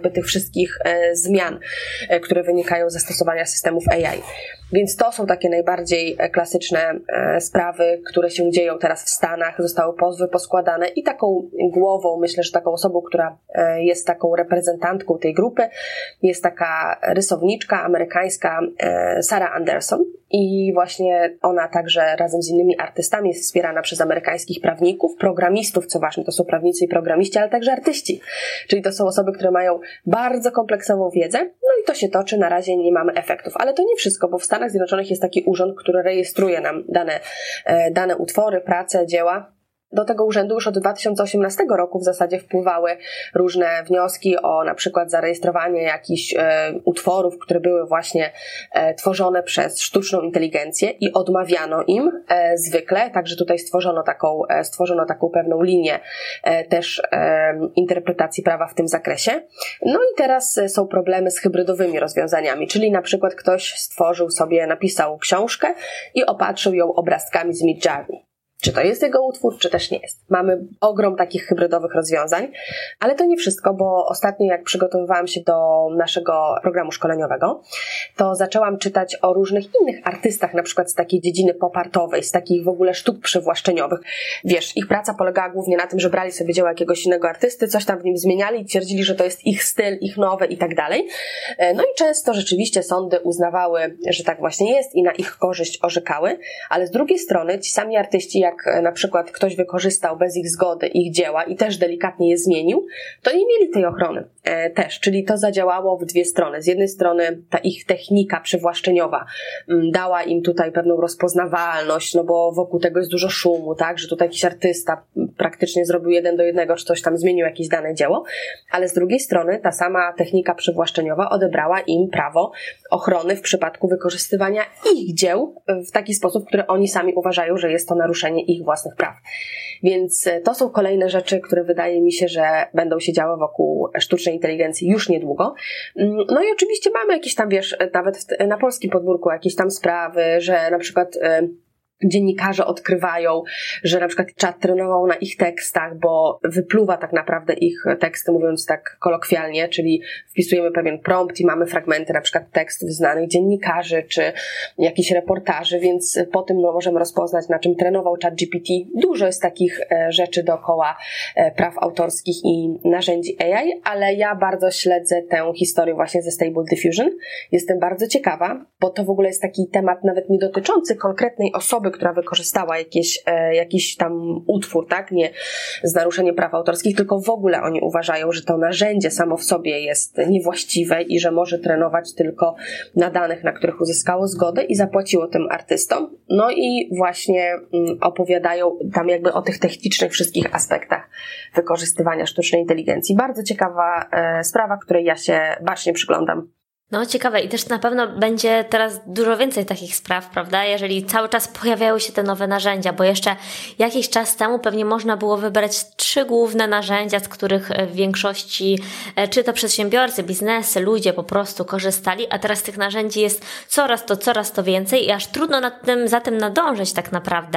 jakby tych wszystkich e, zmian, e, które wynikają ze stosowania systemów A I. Więc to są takie najbardziej klasyczne e, sprawy, które się dzieją teraz w Stanach, zostały pozwy poskładane i taką głową, myślę, że taką osobą, która e, jest taką reprezentantką tej grupy, jest taka rysowniczka amerykańska e, Sarah Anderson i właśnie ona także razem z innymi artystami jest wspierana przez amerykańskich prawników, programistów, co ważne, to są prawnicy i programiści, ale także artyści, czyli to są osoby, które mają bardzo kompleksową wiedzę, no i to się toczy, na razie nie mamy efektów, ale to nie wszystko, bo w Stanach Zjednoczonych jest taki urząd, który rejestruje nam dane, dane utwory, prace, dzieła. Do tego urzędu już od dwa tysiące osiemnastego roku w zasadzie wpływały różne wnioski o na przykład zarejestrowanie jakichś e, utworów, które były właśnie e, tworzone przez sztuczną inteligencję i odmawiano im e, zwykle, także tutaj stworzono taką, e, stworzono taką pewną linię e, też e, interpretacji prawa w tym zakresie. No i teraz są problemy z hybrydowymi rozwiązaniami, czyli na przykład ktoś stworzył sobie, napisał książkę i opatrzył ją obrazkami z Midjourney. Czy to jest jego utwór, czy też nie jest. Mamy ogrom takich hybrydowych rozwiązań, ale to nie wszystko, bo ostatnio jak przygotowywałam się do naszego programu szkoleniowego, to zaczęłam czytać o różnych innych artystach, na przykład z takiej dziedziny pop-artowej, z takich w ogóle sztuk przywłaszczeniowych. Wiesz, ich praca polegała głównie na tym, że brali sobie dzieło jakiegoś innego artysty, coś tam w nim zmieniali i twierdzili, że to jest ich styl, ich nowe i tak dalej. No i często rzeczywiście sądy uznawały, że tak właśnie jest i na ich korzyść orzekały, ale z drugiej strony ci sami artyści, jak na przykład ktoś wykorzystał bez ich zgody ich dzieła i też delikatnie je zmienił, to nie mieli tej ochrony e, też, czyli to zadziałało w dwie strony. Z jednej strony ta ich technika przywłaszczeniowa m, dała im tutaj pewną rozpoznawalność, no bo wokół tego jest dużo szumu, tak, że tutaj jakiś artysta praktycznie zrobił jeden do jednego, czy coś tam zmienił jakieś dane dzieło, ale z drugiej strony ta sama technika przywłaszczeniowa odebrała im prawo ochrony w przypadku wykorzystywania ich dzieł w taki sposób, który oni sami uważają, że jest to naruszenie ich własnych praw. Więc to są kolejne rzeczy, które wydaje mi się, że będą się działy wokół sztucznej inteligencji już niedługo. No i oczywiście mamy jakieś tam, wiesz, nawet w, na polskim podwórku jakieś tam sprawy, że na przykład dziennikarze odkrywają, że na przykład czat trenował na ich tekstach, bo wypluwa tak naprawdę ich teksty, mówiąc tak kolokwialnie, czyli wpisujemy pewien prompt i mamy fragmenty na przykład tekstów znanych dziennikarzy czy jakichś reportaży, więc po tym no, możemy rozpoznać, na czym trenował ChatGPT. Dużo jest takich e, rzeczy dookoła e, praw autorskich i narzędzi A I, ale ja bardzo śledzę tę historię właśnie ze Stable Diffusion. Jestem bardzo ciekawa, bo to w ogóle jest taki temat nawet nie dotyczący konkretnej osoby, która wykorzystała jakieś, e, jakiś tam utwór, tak, nie z naruszeniem praw autorskich, tylko w ogóle oni uważają, że to narzędzie samo w sobie jest niewłaściwe i że może trenować tylko na danych, na których uzyskało zgodę i zapłaciło tym artystom. No i właśnie mm, opowiadają tam jakby o tych technicznych wszystkich aspektach wykorzystywania sztucznej inteligencji. Bardzo ciekawa e, sprawa, której ja się bacznie przyglądam. No ciekawe i też na pewno będzie teraz dużo więcej takich spraw, prawda, jeżeli cały czas pojawiają się te nowe narzędzia, bo jeszcze jakiś czas temu pewnie można było wybrać trzy główne narzędzia, z których w większości, czy to przedsiębiorcy, biznesy, ludzie po prostu korzystali, a teraz tych narzędzi jest coraz to, coraz to więcej i aż trudno nad tym, za tym nadążyć tak naprawdę,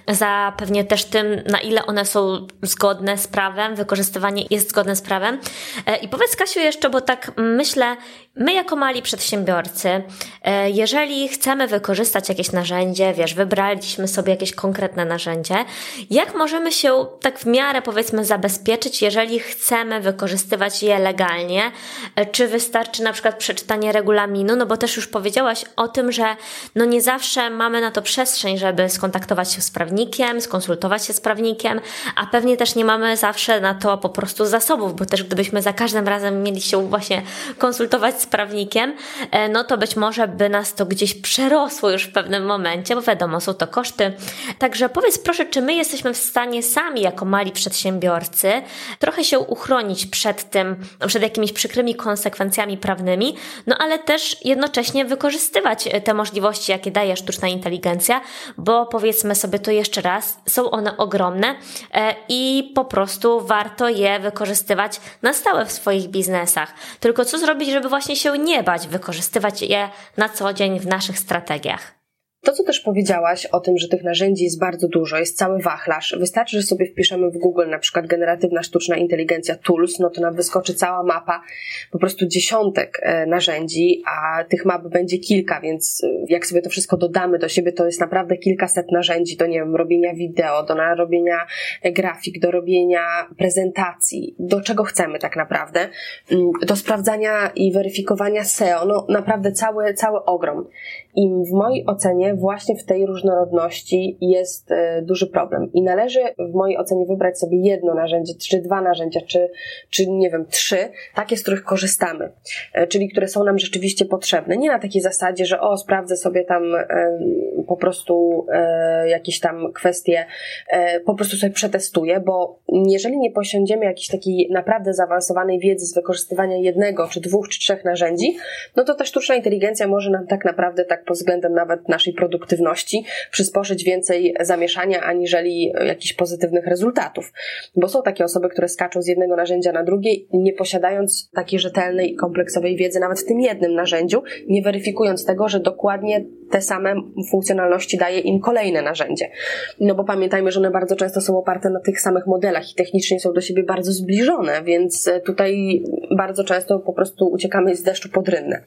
za pewnie też tym, na ile one są zgodne z prawem, wykorzystywanie jest zgodne z prawem. I powiedz, Kasiu, jeszcze, bo tak myślę, my jako mali przedsiębiorcy, jeżeli chcemy wykorzystać jakieś narzędzie, wiesz, wybraliśmy sobie jakieś konkretne narzędzie, jak możemy się tak w miarę, powiedzmy, zabezpieczyć, jeżeli chcemy wykorzystywać je legalnie? Czy wystarczy na przykład przeczytanie regulaminu? No bo też już powiedziałaś o tym, że no nie zawsze mamy na to przestrzeń, żeby skontaktować się z prawnikiem, skonsultować się z prawnikiem, a pewnie też nie mamy zawsze na to po prostu zasobów, bo też gdybyśmy za każdym razem mieli się właśnie konsultować z prawnikiem, no to być może by nas to gdzieś przerosło już w pewnym momencie, bo wiadomo, są to koszty. Także powiedz proszę, czy my jesteśmy w stanie sami jako mali przedsiębiorcy trochę się uchronić przed tym, przed jakimiś przykrymi konsekwencjami prawnymi, no ale też jednocześnie wykorzystywać te możliwości, jakie daje sztuczna inteligencja, bo powiedzmy sobie to jeszcze raz, są one ogromne i po prostu warto je wykorzystywać na stałe w swoich biznesach. Tylko co zrobić, żeby właśnie się nie bać wykorzystywać je na co dzień w naszych strategiach? To, co też powiedziałaś o tym, że tych narzędzi jest bardzo dużo, jest cały wachlarz. Wystarczy, że sobie wpiszemy w Google na przykład generatywna sztuczna inteligencja tools, no to nam wyskoczy cała mapa, po prostu dziesiątek narzędzi, a tych map będzie kilka, więc jak sobie to wszystko dodamy do siebie, to jest naprawdę kilkaset narzędzi do, nie wiem, robienia wideo, do robienia grafik, do robienia prezentacji, do czego chcemy tak naprawdę, do sprawdzania i weryfikowania S E O, no naprawdę cały, cały ogrom. I w mojej ocenie właśnie w tej różnorodności jest duży problem. I należy w mojej ocenie wybrać sobie jedno narzędzie, czy dwa narzędzia, czy, czy nie wiem, trzy, takie, z których korzystamy. Czyli które są nam rzeczywiście potrzebne. Nie na takiej zasadzie, że o, sprawdzę sobie tam e, po prostu e, jakieś tam kwestie, e, po prostu sobie przetestuję, bo jeżeli nie posiądziemy jakiejś takiej naprawdę zaawansowanej wiedzy z wykorzystywania jednego, czy dwóch, czy trzech narzędzi, no to ta sztuczna inteligencja może nam tak naprawdę tak pod względem nawet naszej produktywności przysporzyć więcej zamieszania, aniżeli jakichś pozytywnych rezultatów. Bo są takie osoby, które skaczą z jednego narzędzia na drugie, nie posiadając takiej rzetelnej i kompleksowej wiedzy nawet w tym jednym narzędziu, nie weryfikując tego, że dokładnie te same funkcjonalności daje im kolejne narzędzie. No bo pamiętajmy, że one bardzo często są oparte na tych samych modelach i technicznie są do siebie bardzo zbliżone, więc tutaj bardzo często po prostu uciekamy z deszczu pod rynnę.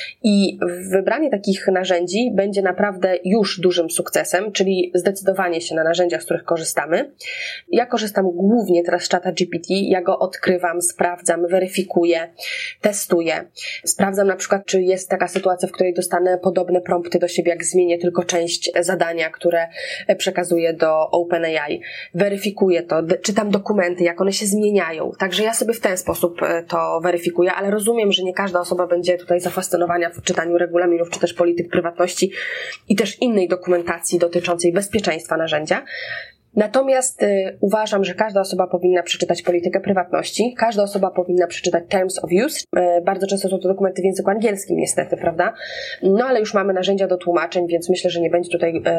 I wybranie takich narzędzi będzie naprawdę już dużym sukcesem, czyli zdecydowanie się na narzędziach, z których korzystamy. Ja korzystam głównie teraz z czata G P T, ja go odkrywam, sprawdzam, weryfikuję, testuję. Sprawdzam na przykład, czy jest taka sytuacja, w której dostanę podobne prompty do siebie, jak zmienię tylko część zadania, które przekazuję do OpenAI. Weryfikuję to, czytam dokumenty, jak one się zmieniają. Także ja sobie w ten sposób to weryfikuję, ale rozumiem, że nie każda osoba będzie tutaj zafascynowana w czytaniu regulaminów, czy też polityk prywatności i też innej dokumentacji dotyczącej bezpieczeństwa narzędzia. Natomiast y, uważam, że każda osoba powinna przeczytać politykę prywatności, każda osoba powinna przeczytać Terms of Use. Y, bardzo często są to dokumenty w języku angielskim niestety, prawda? No ale już mamy narzędzia do tłumaczeń, więc myślę, że nie będzie tutaj, y,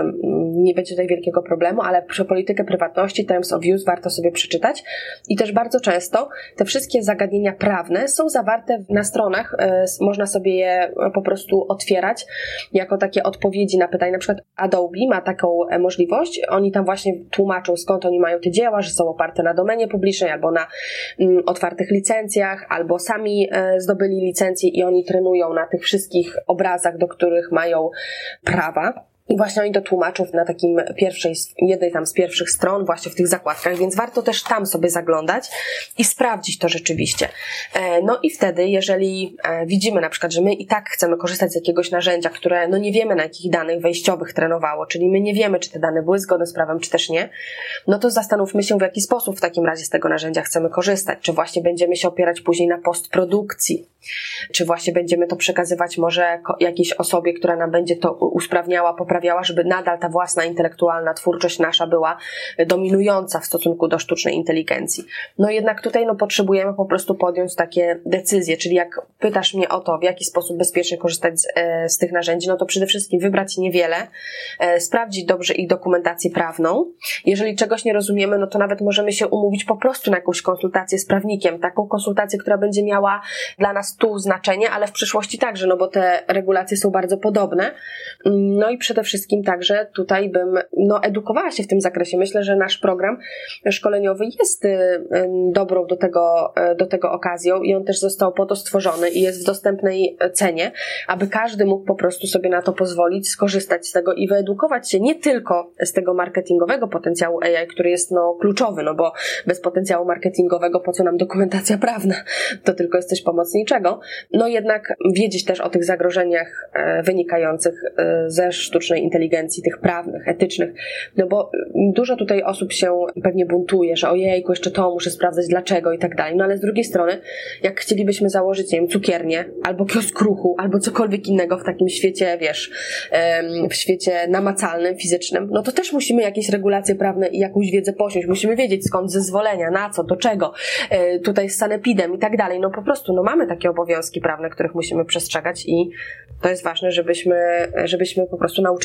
nie będzie tutaj wielkiego problemu, ale przy politykę prywatności, Terms of Use warto sobie przeczytać. I też bardzo często te wszystkie zagadnienia prawne są zawarte na stronach, y, można sobie je po prostu otwierać jako takie odpowiedzi na pytania. Na przykład Adobe ma taką możliwość, oni tam właśnie tłumaczą, skąd oni mają te dzieła, że są oparte na domenie publicznej albo na mm, otwartych licencjach, albo sami e, zdobyli licencje i oni trenują na tych wszystkich obrazach, do których mają prawa. I właśnie oni to tłumaczą na takim pierwszej, jednej tam z pierwszych stron, właśnie w tych zakładkach, więc warto też tam sobie zaglądać i sprawdzić to rzeczywiście. No i wtedy, jeżeli widzimy na przykład, że my i tak chcemy korzystać z jakiegoś narzędzia, które no nie wiemy, na jakich danych wejściowych trenowało, czyli my nie wiemy, czy te dane były zgodne z prawem, czy też nie, no to zastanówmy się, w jaki sposób w takim razie z tego narzędzia chcemy korzystać. Czy właśnie będziemy się opierać później na postprodukcji, czy właśnie będziemy to przekazywać może jakiejś osobie, która nam będzie to usprawniała, poprawiała, żeby nadal ta własna intelektualna twórczość nasza była dominująca w stosunku do sztucznej inteligencji. No jednak tutaj no potrzebujemy po prostu podjąć takie decyzje, czyli jak pytasz mnie o to, w jaki sposób bezpiecznie korzystać z, z tych narzędzi, no to przede wszystkim wybrać niewiele, e, sprawdzić dobrze ich dokumentację prawną. Jeżeli czegoś nie rozumiemy, no to nawet możemy się umówić po prostu na jakąś konsultację z prawnikiem, taką konsultację, która będzie miała dla nas tu znaczenie, ale w przyszłości także, no bo te regulacje są bardzo podobne. No i przede wszystkim także tutaj bym no, edukowała się w tym zakresie. Myślę, że nasz program szkoleniowy jest dobrą do tego, do tego okazją i on też został po to stworzony i jest w dostępnej cenie, aby każdy mógł po prostu sobie na to pozwolić, skorzystać z tego i wyedukować się nie tylko z tego marketingowego potencjału A I, który jest no, kluczowy, no bo bez potencjału marketingowego po co nam dokumentacja prawna? To tylko jest coś pomocniczego. No jednak wiedzieć też o tych zagrożeniach wynikających ze sztucznej inteligencji, tych prawnych, etycznych, no bo dużo tutaj osób się pewnie buntuje, że ojejku, jeszcze to muszę sprawdzać dlaczego i tak dalej, no ale z drugiej strony, jak chcielibyśmy założyć, nie wiem, cukiernię, albo kiosk ruchu, albo cokolwiek innego w takim świecie, wiesz, w świecie namacalnym, fizycznym, no to też musimy jakieś regulacje prawne i jakąś wiedzę posiąść, musimy wiedzieć skąd zezwolenia, na co, do czego, tutaj z sanepidem i tak dalej, no po prostu, no mamy takie obowiązki prawne, których musimy przestrzegać i to jest ważne, żebyśmy, żebyśmy po prostu nauczyli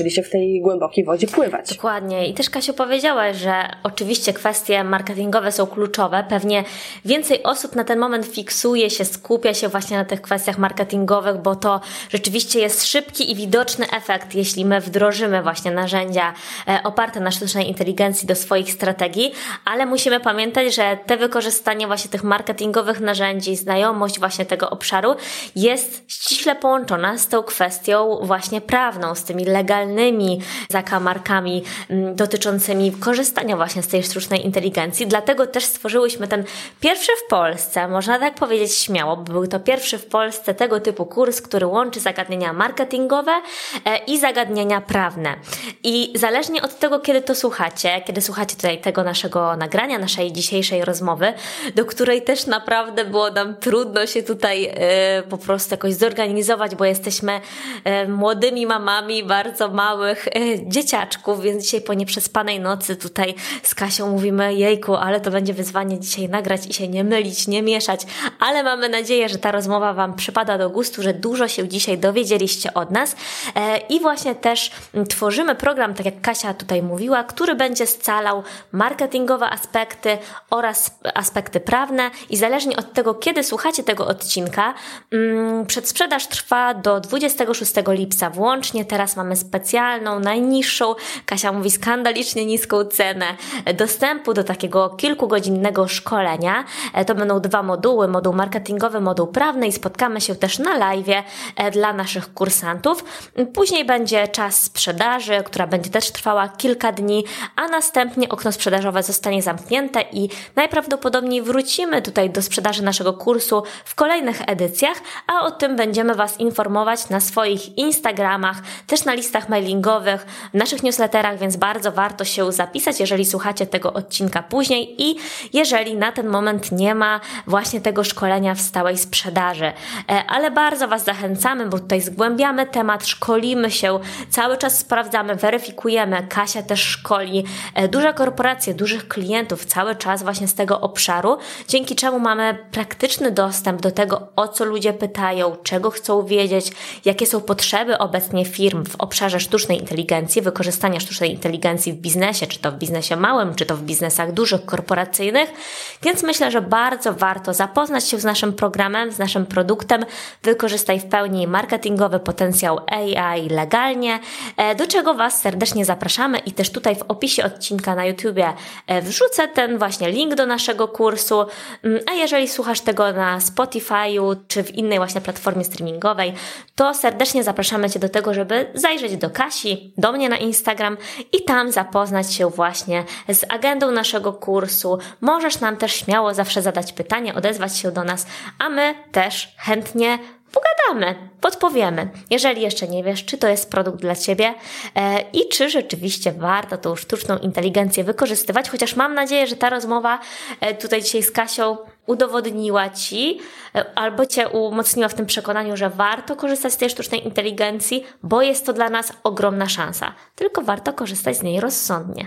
nauczyli się w tej głębokiej wodzie pływać. Dokładnie. I też Kasiu powiedziałaś, że oczywiście kwestie marketingowe są kluczowe. Pewnie więcej osób na ten moment fiksuje się, skupia się właśnie na tych kwestiach marketingowych, bo to rzeczywiście jest szybki i widoczny efekt, jeśli my wdrożymy właśnie narzędzia oparte na sztucznej inteligencji do swoich strategii, ale musimy pamiętać, że te wykorzystanie właśnie tych marketingowych narzędzi, znajomość właśnie tego obszaru jest ściśle połączona z tą kwestią właśnie prawną, z tymi legalnymi zakamarkami m, dotyczącymi korzystania właśnie z tej sztucznej inteligencji. Dlatego też stworzyłyśmy ten pierwszy w Polsce, można tak powiedzieć śmiało, bo był to pierwszy w Polsce tego typu kurs, który łączy zagadnienia marketingowe e, i zagadnienia prawne. I zależnie od tego, kiedy to słuchacie, kiedy słuchacie tutaj tego naszego nagrania, naszej dzisiejszej rozmowy, do której też naprawdę było nam trudno się tutaj e, po prostu jakoś zorganizować, bo jesteśmy e, młodymi mamami bardzo małych e, dzieciaczków, więc dzisiaj po nieprzespanej nocy tutaj z Kasią mówimy, jejku, ale to będzie wyzwanie dzisiaj nagrać i się nie mylić, nie mieszać, ale mamy nadzieję, że ta rozmowa Wam przypada do gustu, że dużo się dzisiaj dowiedzieliście od nas e, i właśnie też tworzymy program, tak jak Kasia tutaj mówiła, który będzie scalał marketingowe aspekty oraz aspekty prawne i zależnie od tego, kiedy słuchacie tego odcinka, mm, przedsprzedaż trwa do dwudziestego szóstego lipca włącznie. Teraz mamy specjalną, najniższą, Kasia mówi skandalicznie niską cenę dostępu do takiego kilkugodzinnego szkolenia. To będą dwa moduły, moduł marketingowy, moduł prawny i spotkamy się też na live'ie dla naszych kursantów. Później będzie czas sprzedaży, która będzie też trwała kilka dni, a następnie okno sprzedażowe zostanie zamknięte i najprawdopodobniej wrócimy tutaj do sprzedaży naszego kursu w kolejnych edycjach, a o tym będziemy Was informować na swoich Instagramach, też na listach mailingowych, w naszych newsletterach, więc bardzo warto się zapisać, jeżeli słuchacie tego odcinka później i jeżeli na ten moment nie ma właśnie tego szkolenia w stałej sprzedaży. Ale bardzo Was zachęcamy, bo tutaj zgłębiamy temat, szkolimy się, cały czas sprawdzamy, weryfikujemy. Kasia też szkoli duże korporacje, dużych klientów cały czas właśnie z tego obszaru, dzięki czemu mamy praktyczny dostęp do tego, o co ludzie pytają, czego chcą wiedzieć, jakie są potrzeby obecnie firm w obszarze sztucznej inteligencji, wykorzystania sztucznej inteligencji w biznesie, czy to w biznesie małym, czy to w biznesach dużych, korporacyjnych, więc myślę, że bardzo warto zapoznać się z naszym programem, z naszym produktem, wykorzystaj w pełni marketingowy potencjał A I legalnie, do czego Was serdecznie zapraszamy i też tutaj w opisie odcinka na YouTubie wrzucę ten właśnie link do naszego kursu, a jeżeli słuchasz tego na Spotify'u, czy w innej właśnie platformie streamingowej, to serdecznie zapraszamy Cię do tego, żeby zajrzeć do Kasi, do mnie na Instagram i tam zapoznać się właśnie z agendą naszego kursu. Możesz nam też śmiało zawsze zadać pytanie, odezwać się do nas, a my też chętnie pogadamy, podpowiemy, jeżeli jeszcze nie wiesz, czy to jest produkt dla Ciebie e, i czy rzeczywiście warto tą sztuczną inteligencję wykorzystywać, chociaż mam nadzieję, że ta rozmowa e, tutaj dzisiaj z Kasią udowodniła Ci e, albo Cię umocniła w tym przekonaniu, że warto korzystać z tej sztucznej inteligencji, bo jest to dla nas ogromna szansa, tylko warto korzystać z niej rozsądnie.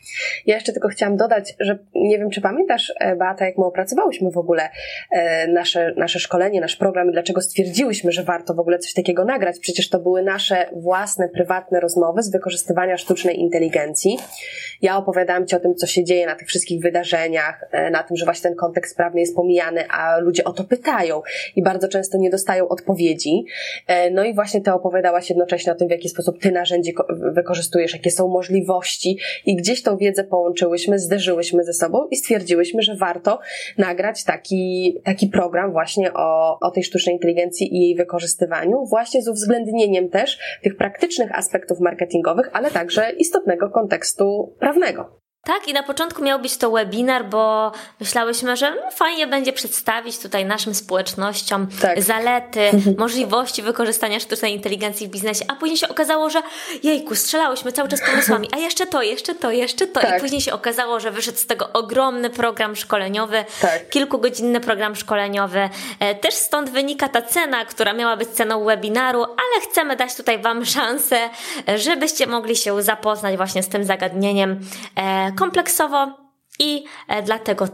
Ja jeszcze tylko chciałam dodać, że nie wiem, czy pamiętasz, Beata, jak my opracowałyśmy w ogóle nasze, nasze szkolenie, nasz program i dlaczego stwierdziłyśmy, że warto w ogóle coś takiego nagrać. Przecież to były nasze własne, prywatne rozmowy z wykorzystywania sztucznej inteligencji. Ja opowiadałam Ci o tym, co się dzieje na tych wszystkich wydarzeniach, na tym, że właśnie ten kontekst prawny jest pomijany, a ludzie o to pytają i bardzo często nie dostają odpowiedzi. No i właśnie Ty opowiadałaś jednocześnie o tym, w jaki sposób Ty narzędzie wykorzystujesz, jakie są możliwości i gdzieś tą wiedzę połączyłyśmy, zderzyłyśmy ze sobą i stwierdziłyśmy, że warto nagrać taki, taki program właśnie o, o tej sztucznej inteligencji i jej wykorzystywaniu, właśnie z uwzględnieniem też tych praktycznych aspektów marketingowych, ale także istotnego kontekstu prawnego. Tak, i na początku miał być to webinar, bo myślałyśmy, że no, fajnie będzie przedstawić tutaj naszym społecznościom tak. zalety, mhm. możliwości wykorzystania sztucznej inteligencji w biznesie, a później się okazało, że jejku, strzelałyśmy cały czas pomysłami, a jeszcze to, jeszcze to, jeszcze to tak. i później się okazało, że wyszedł z tego ogromny program szkoleniowy, tak. kilkugodzinny program szkoleniowy. Też stąd wynika ta cena, która miała być ceną webinaru, ale chcemy dać tutaj Wam szansę, żebyście mogli się zapoznać właśnie z tym zagadnieniem kompleksowo i dlatego też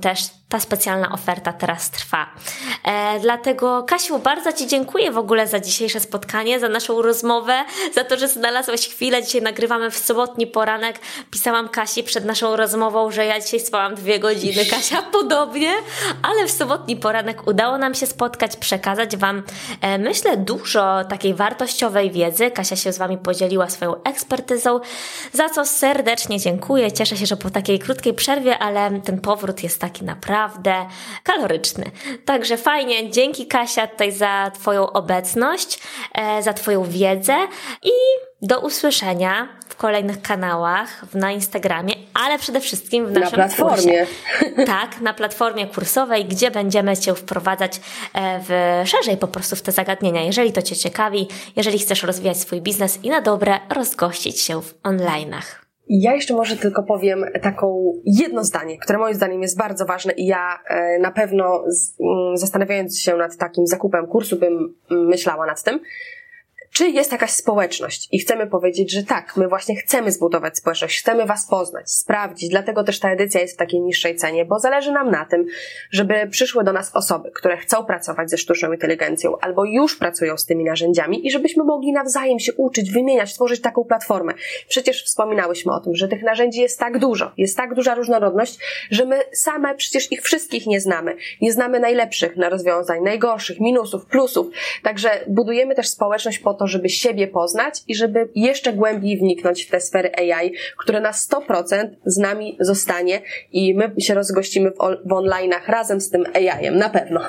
ta specjalna oferta teraz trwa. E, dlatego Kasiu, bardzo Ci dziękuję w ogóle za dzisiejsze spotkanie, za naszą rozmowę, za to, że znalazłaś chwilę. Dzisiaj nagrywamy w sobotni poranek. Pisałam Kasi przed naszą rozmową, że ja dzisiaj spałam dwie godziny, Kasia podobnie, ale w sobotni poranek udało nam się spotkać, przekazać Wam, e, myślę, dużo takiej wartościowej wiedzy. Kasia się z Wami podzieliła swoją ekspertyzą, za co serdecznie dziękuję. Cieszę się, że po takiej krótkiej przerwie, ale ten powrót jest taki naprawdę naprawdę kaloryczny. Także fajnie, dzięki Kasia tutaj za Twoją obecność, e, za Twoją wiedzę i do usłyszenia w kolejnych kanałach, na Instagramie, ale przede wszystkim w naszym na platformie. kursie. Tak, na platformie kursowej, gdzie będziemy Cię wprowadzać w, szerzej po prostu w te zagadnienia. Jeżeli to Cię ciekawi, jeżeli chcesz rozwijać swój biznes i na dobre rozgościć się w online'ach. Ja jeszcze może tylko powiem taką jedno zdanie, które moim zdaniem jest bardzo ważne i ja e, na pewno z, m, zastanawiając się nad takim zakupem kursu bym myślała nad tym, czy jest jakaś społeczność i chcemy powiedzieć, że tak, my właśnie chcemy zbudować społeczność, chcemy Was poznać, sprawdzić, dlatego też ta edycja jest w takiej niższej cenie, bo zależy nam na tym, żeby przyszły do nas osoby, które chcą pracować ze sztuczną inteligencją albo już pracują z tymi narzędziami i żebyśmy mogli nawzajem się uczyć, wymieniać, tworzyć taką platformę. Przecież wspominałyśmy o tym, że tych narzędzi jest tak dużo, jest tak duża różnorodność, że my same przecież ich wszystkich nie znamy. Nie znamy najlepszych rozwiązań, najgorszych, minusów, plusów. Także budujemy też społeczność po to, żeby siebie poznać i żeby jeszcze głębiej wniknąć w te sfery A I, które na sto procent z nami zostanie i my się rozgościmy w, on- w online'ach razem z tym A I-em, na pewno.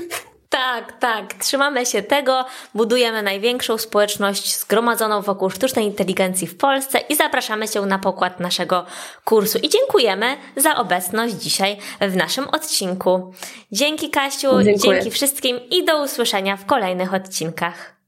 Tak, tak. Trzymamy się tego, budujemy największą społeczność zgromadzoną wokół sztucznej inteligencji w Polsce i zapraszamy Cię na pokład naszego kursu. I dziękujemy za obecność dzisiaj w naszym odcinku. Dzięki Kasiu, Dziękuję. Dzięki wszystkim i do usłyszenia w kolejnych odcinkach.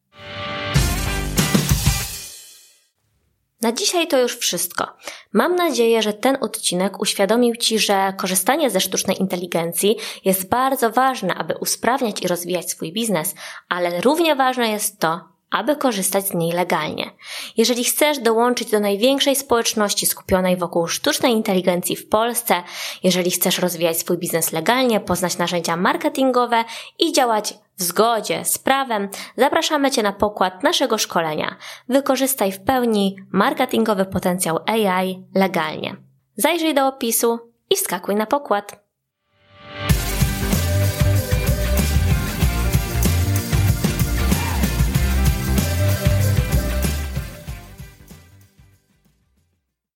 Na dzisiaj to już wszystko. Mam nadzieję, że ten odcinek uświadomił Ci, że korzystanie ze sztucznej inteligencji jest bardzo ważne, aby usprawniać i rozwijać swój biznes, ale równie ważne jest to, aby korzystać z niej legalnie. Jeżeli chcesz dołączyć do największej społeczności skupionej wokół sztucznej inteligencji w Polsce, jeżeli chcesz rozwijać swój biznes legalnie, poznać narzędzia marketingowe i działać w zgodzie z prawem, zapraszamy Cię na pokład naszego szkolenia. Wykorzystaj w pełni marketingowy potencjał A I legalnie. Zajrzyj do opisu i wskakuj na pokład.